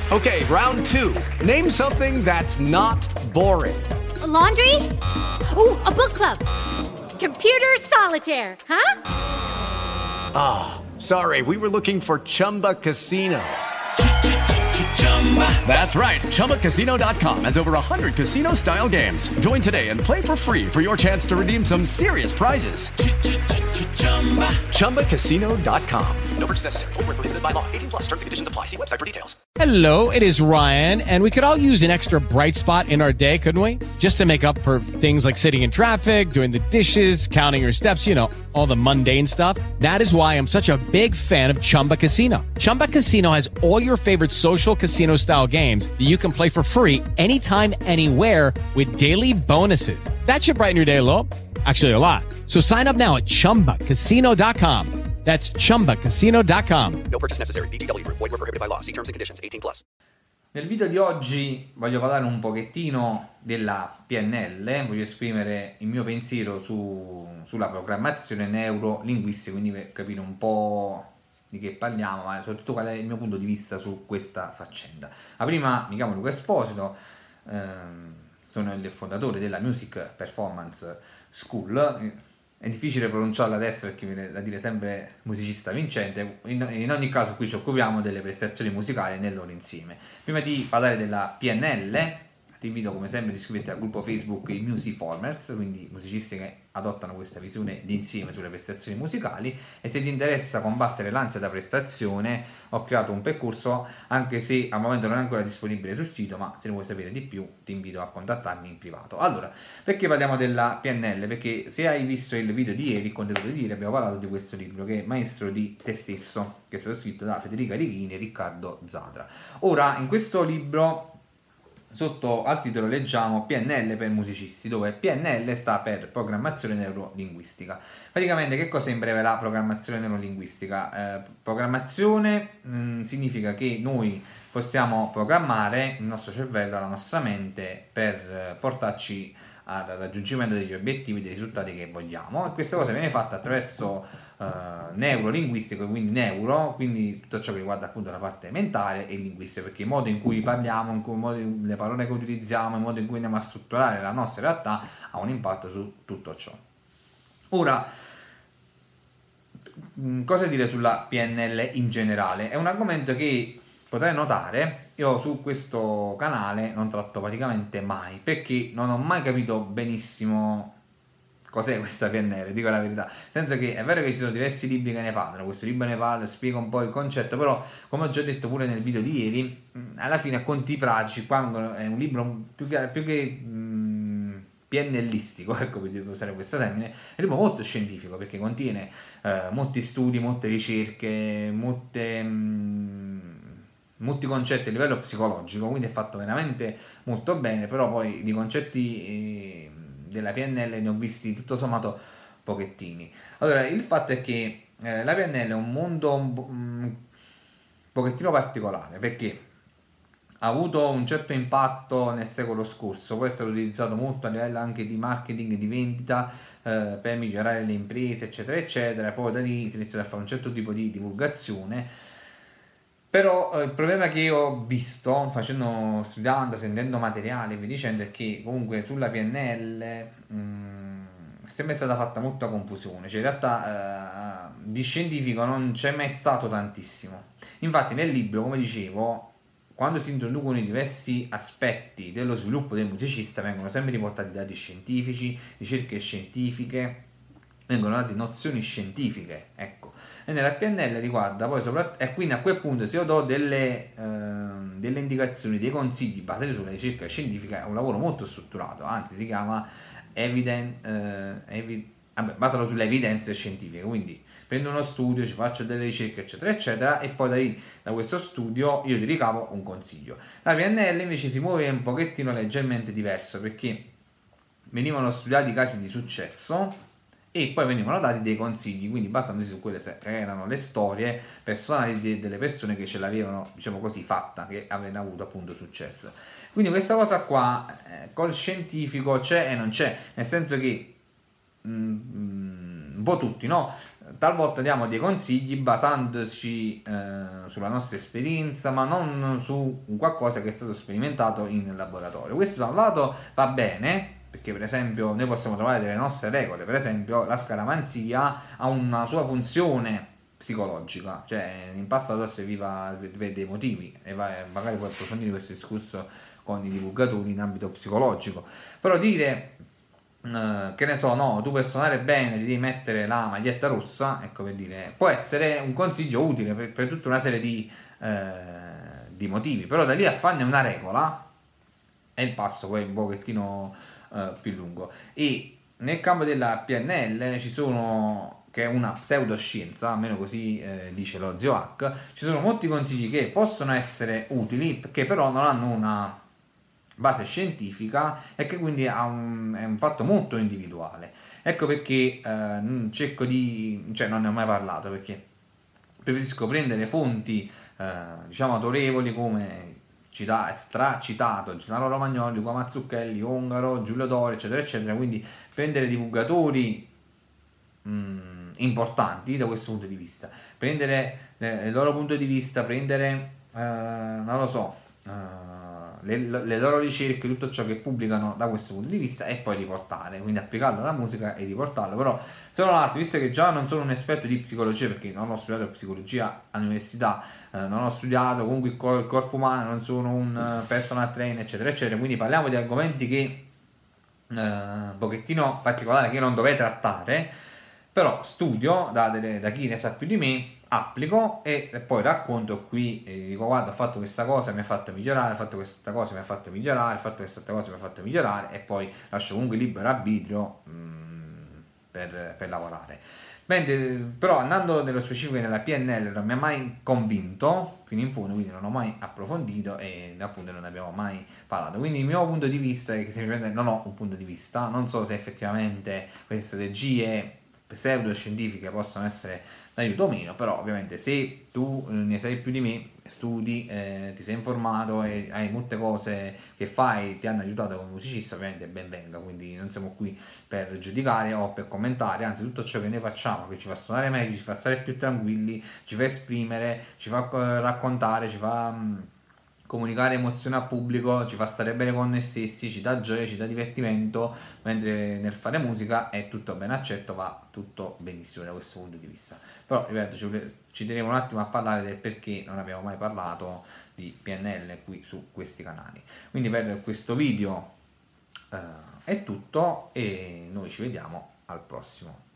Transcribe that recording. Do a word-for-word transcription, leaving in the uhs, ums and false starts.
Okay, round two. Name something that's not boring. A laundry? Ooh, a book club. Computer solitaire, huh? Ah, oh, sorry, we were looking for Chumba Casino. That's right, Chumba Casino dot com has over one hundred casino-style games. Join today and play for free for your chance to redeem some serious prizes. Chumba Casino dot com. No purchase necessary. Void where prohibited by law. eighteen plus terms and conditions apply. See website for details. Hello, it is Ryan, and we could all use an extra bright spot in our day, couldn't we? Just to make up for things like sitting in traffic, doing the dishes, counting your steps, you know, all the mundane stuff. That is why I'm such a big fan of Chumba Casino. Chumba Casino has all your favorite social casino-style games that you can play for free anytime, anywhere with daily bonuses. That should brighten your day a little. Actually, a lot. So sign up now at Chumba Casino dot com. That's Chumba Casino dot com. No purchase necessary. V G W. Void where prohibited by law. See terms and conditions. eighteen plus. Nel video di oggi voglio parlare un pochettino della P N L, voglio esprimere il mio pensiero su, sulla programmazione neurolinguistica, quindi per capire un po' di che parliamo, ma soprattutto qual è il mio punto di vista su questa faccenda. Ma prima mi chiamo Luca Esposito, ehm, sono il fondatore della Music Performance School. È difficile pronunciarla adesso perché mi viene da dire sempre musicista vincente. In, in ogni caso qui ci occupiamo delle prestazioni musicali nel loro insieme. Prima di parlare della P N L ti invito come sempre ad iscriverti al gruppo Facebook i Musiformers, quindi musicisti che adottano questa visione d'insieme sulle prestazioni musicali, e se ti interessa combattere l'ansia da prestazione ho creato un percorso, anche se al momento non è ancora disponibile sul sito, ma se ne vuoi sapere di più ti invito a contattarmi in privato. Allora, perché parliamo della P N L? Perché se hai visto il video di ieri, il contenuto di ieri, abbiamo parlato di questo libro che è Maestro di te stesso, che è stato scritto da Federica Righini e Riccardo Zadra. Ora, in questo libro, sotto al titolo leggiamo P N L per musicisti, dove P N L sta per programmazione neurolinguistica. Praticamente che cosa in breve la programmazione neurolinguistica? Eh, programmazione mh, significa che noi possiamo programmare il nostro cervello, la nostra mente, per eh, portarci al raggiungimento degli obiettivi, dei risultati che vogliamo, e questa cosa viene fatta attraverso Uh, neurolinguistico, quindi neuro, quindi tutto ciò che riguarda appunto la parte mentale e linguistica, perché il modo in cui parliamo, in cui, il modo, le parole che utilizziamo, il modo in cui andiamo a strutturare la nostra realtà ha un impatto su tutto ciò. Ora, cosa dire sulla P N L in generale? È un argomento che potrai notare io su questo canale non tratto praticamente mai, perché non ho mai capito benissimo cos'è questa P N L, dico la verità. Senza che è vero che ci sono diversi libri che ne parlano, questo libro ne parla, spiega un po' il concetto, però come ho già detto pure nel video di ieri, alla fine a conti pratici qua è un libro più che, più che mh, P N Listico, ecco, per usare questo termine, è un libro molto scientifico perché contiene eh, molti studi, molte ricerche, molte mh, molti concetti a livello psicologico, quindi è fatto veramente molto bene. Però poi di concetti eh, della P N L ne ho visti tutto sommato pochettini. Allora, il fatto è che eh, la P N L è un mondo un, un pochettino particolare, perché ha avuto un certo impatto nel secolo scorso, poi è stato utilizzato molto a livello anche di marketing e di vendita eh, per migliorare le imprese, eccetera eccetera. Poi da lì si è iniziato a fare un certo tipo di divulgazione. Però eh, il problema che io ho visto facendo, studiando, sentendo materiale e via dicendo, è che comunque sulla P N L mh, è sempre stata fatta molta confusione, cioè in realtà eh, di scientifico non c'è mai stato tantissimo. Infatti nel libro, come dicevo, quando si introducono i diversi aspetti dello sviluppo del musicista vengono sempre riportati dati scientifici, ricerche scientifiche, vengono date nozioni scientifiche, ecco. E nella P N L riguarda poi soprattutto, e quindi a quel punto se io do delle, eh, delle indicazioni, dei consigli basati sulla ricerca scientifica, è un lavoro molto strutturato, anzi si chiama evident, eh, evi, vabbè, basato sulle evidenze scientifiche, quindi prendo uno studio, ci faccio delle ricerche eccetera eccetera, e poi da, lì, da questo studio io ti ricavo un consiglio. La P N L invece si muove un pochettino leggermente diverso, perché venivano studiati casi di successo e poi venivano dati dei consigli, quindi basandosi su quelle che erano le storie personali de- delle persone che ce l'avevano, diciamo così, fatta, che avevano avuto appunto successo. Quindi questa cosa qua eh, col scientifico c'è e non c'è, nel senso che mh, un po' tutti, no? talvolta diamo dei consigli basandoci eh, sulla nostra esperienza, ma non su qualcosa che è stato sperimentato in laboratorio. Questo da un lato va bene, perché per esempio noi possiamo trovare delle nostre regole, per esempio la scaramanzia ha una sua funzione psicologica, cioè in passato serviva per dei motivi, e magari puoi approfondire questo discorso con i divulgatori in ambito psicologico, però dire Uh, che ne so, no, tu per suonare bene ti devi mettere la maglietta rossa, ecco, per dire, può essere un consiglio utile per, per tutta una serie di, eh, di motivi, però da lì a farne una regola è il passo poi un pochettino uh, più lungo. E nel campo della P N L ci sono, che è una pseudoscienza, almeno così eh, dice lo zio Hack, ci sono molti consigli che possono essere utili, che però non hanno una base scientifica e che quindi ha un, è un fatto molto individuale. Ecco perché eh, cerco di, cioè non ne ho mai parlato, perché preferisco prendere fonti eh, diciamo autorevoli come cita, stracitato Gennaro Romagnoli, Luca Mazzucchelli, Ongaro, Giulio Dori, eccetera eccetera, quindi prendere divulgatori mh, importanti da questo punto di vista, prendere eh, il loro punto di vista, prendere eh, non lo so eh, Le, le loro ricerche, tutto ciò che pubblicano da questo punto di vista, e poi riportare, quindi applicarlo alla musica e riportarlo. Però se non altro, visto che già non sono un esperto di psicologia, perché non ho studiato psicologia all'università, eh, non ho studiato comunque il, cor- il corpo umano, non sono un uh, personal trainer, eccetera eccetera, quindi parliamo di argomenti che uh, un pochettino particolari, che io non dovrei trattare, però studio da, delle, da chi ne sa più di me, applico e poi racconto qui, e dico guarda, ho fatto questa cosa, mi ha fatto migliorare, ho fatto questa cosa, mi ha fatto migliorare, ho fatto questa cosa, mi ha fatto migliorare, e poi lascio comunque libero arbitrio mh, per, per lavorare. Mentre, però andando nello specifico nella P N L non mi ha mai convinto fino in fondo, quindi non ho mai approfondito e appunto non ne abbiamo mai parlato. Quindi il mio punto di vista è che semplicemente non ho un punto di vista, non so se effettivamente queste strategie pseudoscientifiche possono essere d'aiuto o meno, però ovviamente se tu ne sai più di me, studi, eh, ti sei informato e hai molte cose che fai, ti hanno aiutato come musicista, ovviamente ben venga, quindi non siamo qui per giudicare o per commentare, anzi tutto ciò che noi facciamo, che ci fa suonare meglio, ci fa stare più tranquilli, ci fa esprimere, ci fa eh, raccontare, ci fa mh, comunicare emozioni al pubblico, ci fa stare bene con noi stessi, ci dà gioia, ci dà divertimento, mentre nel fare musica è tutto ben accetto, va tutto benissimo da questo punto di vista. Però ripeto, ci, ci tenevo un attimo a parlare del perché non abbiamo mai parlato di P N L qui su questi canali. Quindi per questo video eh, è tutto e noi ci vediamo al prossimo